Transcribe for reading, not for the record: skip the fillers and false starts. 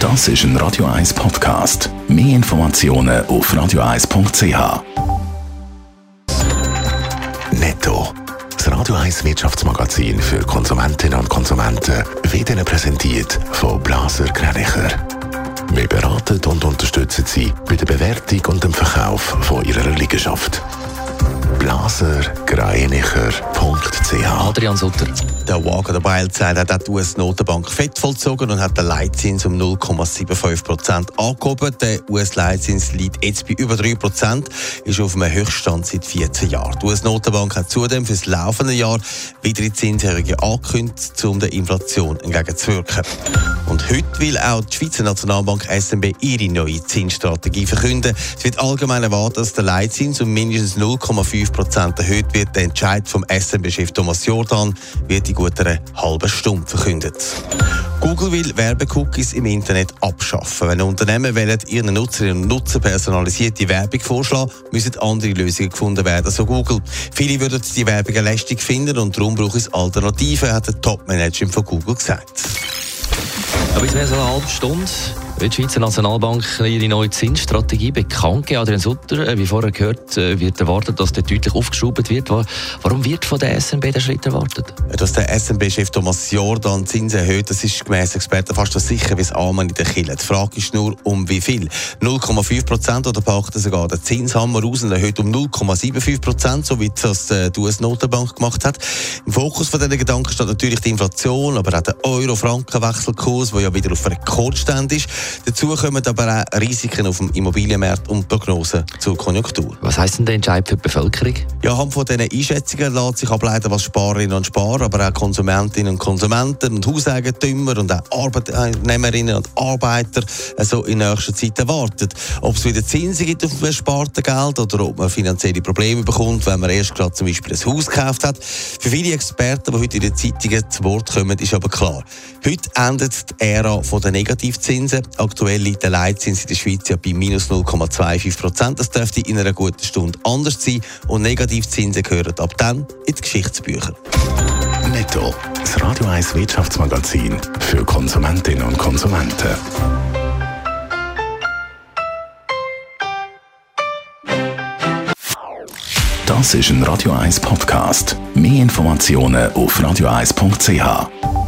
Das ist ein Radio 1 Podcast. Mehr Informationen auf radio1.ch. Netto. Das Radio 1 Wirtschaftsmagazin für Konsumentinnen und Konsumenten wird Ihnen präsentiert von Blaser Greinicher. Wir beraten und unterstützen Sie bei der Bewertung und dem Verkauf von Ihrer Liegenschaft. blasergreinicher.ch. Adrian Sutter. Der Walk oder Wild sagt, hat die US-Notenbank FED vollzogen und hat den Leitzins um 0,75% angehoben. Der US-Leitzins liegt jetzt bei über 3%, ist auf einem Höchststand seit 14 Jahren. Die US-Notenbank hat zudem für das laufende Jahr weitere Zinserhöhungen angekündigt, um der Inflation entgegenzuwirken. Und heute will auch die Schweizer Nationalbank SNB ihre neue Zinsstrategie verkünden. Es wird allgemein erwartet, dass der Leitzins um mindestens 0,5% erhöht wird. Der Entscheid vom SNB-Chef Thomas Jordan wird in gut einer halben Stunde verkündet. Google will Werbecookies im Internet abschaffen. Wenn Unternehmen ihren Nutzerinnen und Nutzern personalisierte Werbung vorschlagen, müssen andere Lösungen gefunden werden, so Google. Viele würden die Werbung lästig finden und darum braucht es Alternativen, hat der Top-Manager von Google gesagt. Aber jetzt mehr so eine halbe Stunde wird die Schweizer Nationalbank ihre neue Zinsstrategie bekannt geben. Adrian Sutter, wie vorher gehört, wird erwartet, dass der deutlich aufgeschraubt wird. Warum wird von der SNB der Schritt erwartet? Dass der SNB-Chef Thomas Jordan Zinsen erhöht, das ist gemäss Experten fast so sicher wie das Amen in der Kille. Die Frage ist nur, um wie viel? 0,5% oder packt er sogar den Zinshammer aus und erhöht um 0,75%, so wie das die US-Notenbank gemacht hat. Im Fokus von diesen Gedanken steht natürlich die Inflation, aber auch der Euro-Franken-Wechselkurs, der ja wieder auf Rekordstand ist. Dazu kommen aber auch Risiken auf dem Immobilienmarkt und Prognosen zur Konjunktur. Was heisst denn der Entscheid für die Bevölkerung? Ja, anhand von diesen Einschätzungen lässt sich ableiten, was Sparerinnen und Sparer, aber auch Konsumentinnen und Konsumenten und Hauseigentümer und auch Arbeitnehmerinnen und Arbeiter also in nächster Zeit erwartet. Ob es wieder Zinsen gibt auf dem ersparten Geld oder ob man finanzielle Probleme bekommt, wenn man erst gerade zum Beispiel ein Haus gekauft hat. Für viele Experten, die heute in den Zeitungen zu Wort kommen, ist aber klar, heute endet die Ära der Negativzinsen. Aktuell liegt der Leitzins in der Schweiz ja bei minus 0,25%. Das dürfte in einer guten Stunde anders sein. Und Negativzinsen gehören ab dann in die Geschichtsbücher. Netto. Das Radio 1 Wirtschaftsmagazin für Konsumentinnen und Konsumenten. Das ist ein Radio 1 Podcast. Mehr Informationen auf radio1.ch.